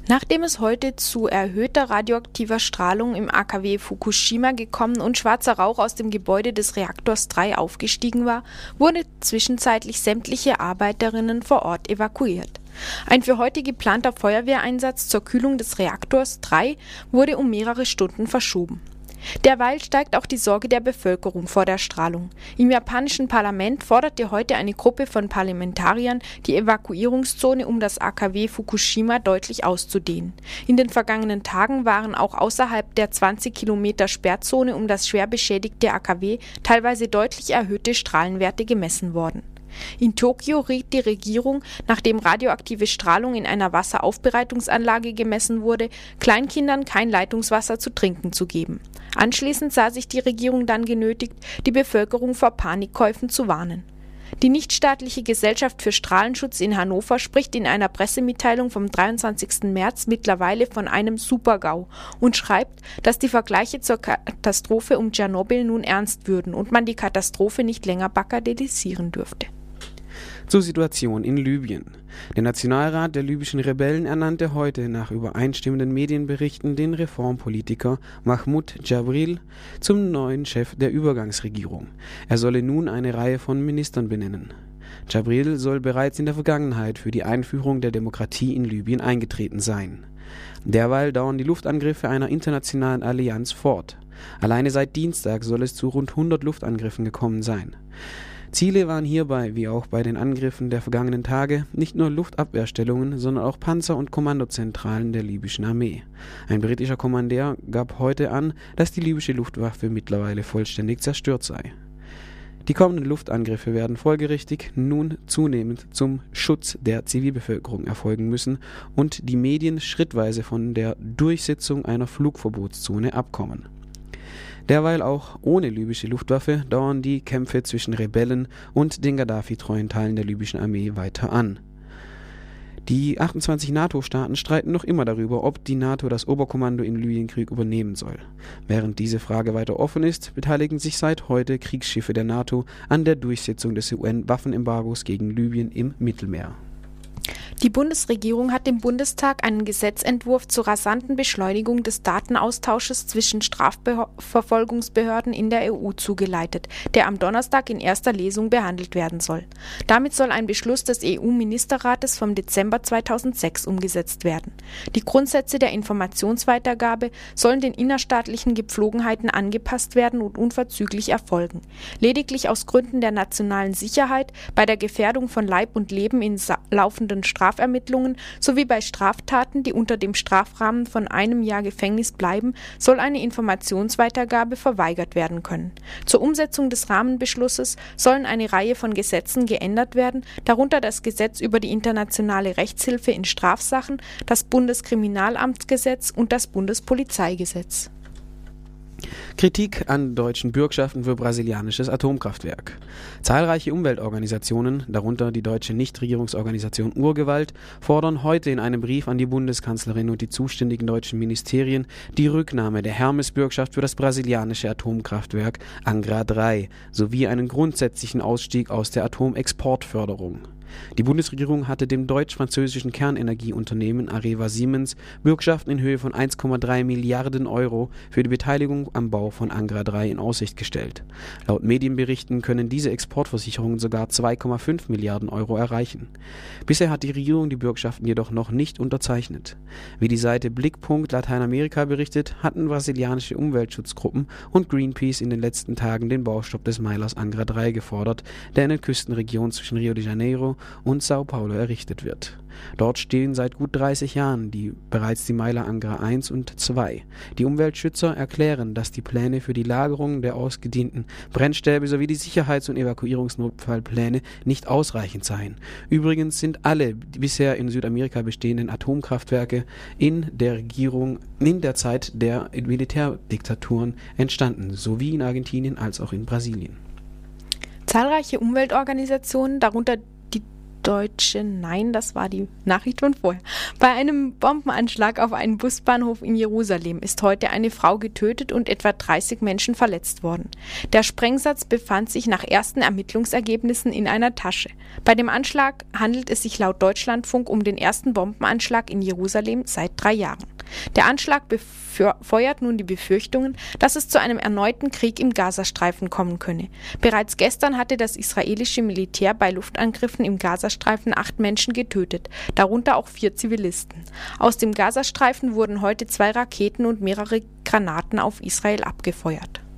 Nachdem es heute zu erhöhter radioaktiver Strahlung im AKW Fukushima gekommen und schwarzer Rauch aus dem Gebäude des Reaktors 3 aufgestiegen war, wurde zwischenzeitlich sämtliche Arbeiterinnen vor Ort evakuiert. Ein für heute geplanter Feuerwehreinsatz zur Kühlung des Reaktors 3 wurde um mehrere Stunden verschoben. Derweil steigt auch die Sorge der Bevölkerung vor der Strahlung. Im japanischen Parlament forderte heute eine Gruppe von Parlamentariern, die Evakuierungszone um das AKW Fukushima deutlich auszudehnen. In den vergangenen Tagen waren auch außerhalb der 20 Kilometer Sperrzone um das schwer beschädigte AKW teilweise deutlich erhöhte Strahlenwerte gemessen worden. In Tokio riet die Regierung, nachdem radioaktive Strahlung in einer Wasseraufbereitungsanlage gemessen wurde, Kleinkindern kein Leitungswasser zu trinken zu geben. Anschließend sah sich die Regierung dann genötigt, die Bevölkerung vor Panikkäufen zu warnen. Die nichtstaatliche Gesellschaft für Strahlenschutz in Hannover spricht in einer Pressemitteilung vom 23. März mittlerweile von einem Super-GAU und schreibt, dass die Vergleiche zur Katastrophe um Tschernobyl nun ernst würden und man die Katastrophe nicht länger bagatellisieren dürfte. Zur Situation in Libyen. Der Nationalrat der libyschen Rebellen ernannte heute nach übereinstimmenden Medienberichten den Reformpolitiker Mahmoud Jabril zum neuen Chef der Übergangsregierung. Er solle nun eine Reihe von Ministern benennen. Jabril soll bereits in der Vergangenheit für die Einführung der Demokratie in Libyen eingetreten sein. Derweil dauern die Luftangriffe einer internationalen Allianz fort. Alleine seit Dienstag soll es zu rund 100 Luftangriffen gekommen sein. Ziele waren hierbei, wie auch bei den Angriffen der vergangenen Tage, nicht nur Luftabwehrstellungen, sondern auch Panzer- und Kommandozentralen der libyschen Armee. Ein britischer Kommandeur gab heute an, dass die libysche Luftwaffe mittlerweile vollständig zerstört sei. Die kommenden Luftangriffe werden folgerichtig nun zunehmend zum Schutz der Zivilbevölkerung erfolgen müssen und die Medien schrittweise von der Durchsetzung einer Flugverbotszone abkommen. Derweil auch ohne libysche Luftwaffe dauern die Kämpfe zwischen Rebellen und den Gaddafi-treuen Teilen der libyschen Armee weiter an. Die 28 NATO-Staaten streiten noch immer darüber, ob die NATO das Oberkommando im Libyenkrieg übernehmen soll. Während diese Frage weiter offen ist, beteiligen sich seit heute Kriegsschiffe der NATO an der Durchsetzung des UN-Waffenembargos gegen Libyen im Mittelmeer. Die Bundesregierung hat dem Bundestag einen Gesetzentwurf zur rasanten Beschleunigung des Datenaustausches zwischen Strafverfolgungsbehörden in der EU zugeleitet, der am Donnerstag in erster Lesung behandelt werden soll. Damit soll ein Beschluss des EU-Ministerrates vom Dezember 2006 umgesetzt werden. Die Grundsätze der Informationsweitergabe sollen den innerstaatlichen Gepflogenheiten angepasst werden und unverzüglich erfolgen. Lediglich aus Gründen der nationalen Sicherheit, bei der Gefährdung von Leib und Leben in laufenden Strafermittlungen sowie bei Straftaten, die unter dem Strafrahmen von 1 Jahr Gefängnis bleiben, soll eine Informationsweitergabe verweigert werden können. Zur Umsetzung des Rahmenbeschlusses sollen eine Reihe von Gesetzen geändert werden, darunter das Gesetz über die internationale Rechtshilfe in Strafsachen, das Bundeskriminalamtsgesetz und das Bundespolizeigesetz. Kritik an deutschen Bürgschaften für brasilianisches Atomkraftwerk. Zahlreiche Umweltorganisationen, darunter die deutsche Nichtregierungsorganisation Urgewalt, fordern heute in einem Brief an die Bundeskanzlerin und die zuständigen deutschen Ministerien die Rücknahme der Hermes-Bürgschaft für das brasilianische Atomkraftwerk Angra 3 sowie einen grundsätzlichen Ausstieg aus der Atomexportförderung. Die Bundesregierung hatte dem deutsch-französischen Kernenergieunternehmen Areva Siemens Bürgschaften in Höhe von 1,3 Milliarden Euro für die Beteiligung am Bau von Angra 3 in Aussicht gestellt. Laut Medienberichten können diese Exportversicherungen sogar 2,5 Milliarden Euro erreichen. Bisher hat die Regierung die Bürgschaften jedoch noch nicht unterzeichnet. Wie die Seite Blickpunkt Lateinamerika berichtet, hatten brasilianische Umweltschutzgruppen und Greenpeace in den letzten Tagen den Baustopp des Meilers Angra 3 gefordert, der in der Küstenregion zwischen Rio de Janeiro und Sao Paulo errichtet wird. Dort stehen seit gut 30 Jahren bereits die Meiler Angra 1 und 2. Die Umweltschützer erklären, dass die Pläne für die Lagerung der ausgedienten Brennstäbe sowie die Sicherheits- und Evakuierungsnotfallpläne nicht ausreichend seien. Übrigens sind alle bisher in Südamerika bestehenden Atomkraftwerke in der Zeit der Militärdiktaturen entstanden, sowie in Argentinien als auch in Brasilien. Zahlreiche Umweltorganisationen, darunter die Nein, das war die Nachricht von vorher. Bei einem Bombenanschlag auf einen Busbahnhof in Jerusalem ist heute eine Frau getötet und etwa 30 Menschen verletzt worden. Der Sprengsatz befand sich nach ersten Ermittlungsergebnissen in einer Tasche. Bei dem Anschlag handelt es sich laut Deutschlandfunk um den ersten Bombenanschlag in Jerusalem seit 3 Jahren. Der Anschlag befeuert nun die Befürchtungen, dass es zu einem erneuten Krieg im Gazastreifen kommen könne. Bereits gestern hatte das israelische Militär bei Luftangriffen im Gazastreifen 8 Menschen getötet, darunter auch 4 Zivilisten. Aus dem Gazastreifen wurden heute 2 Raketen und mehrere Granaten auf Israel abgefeuert.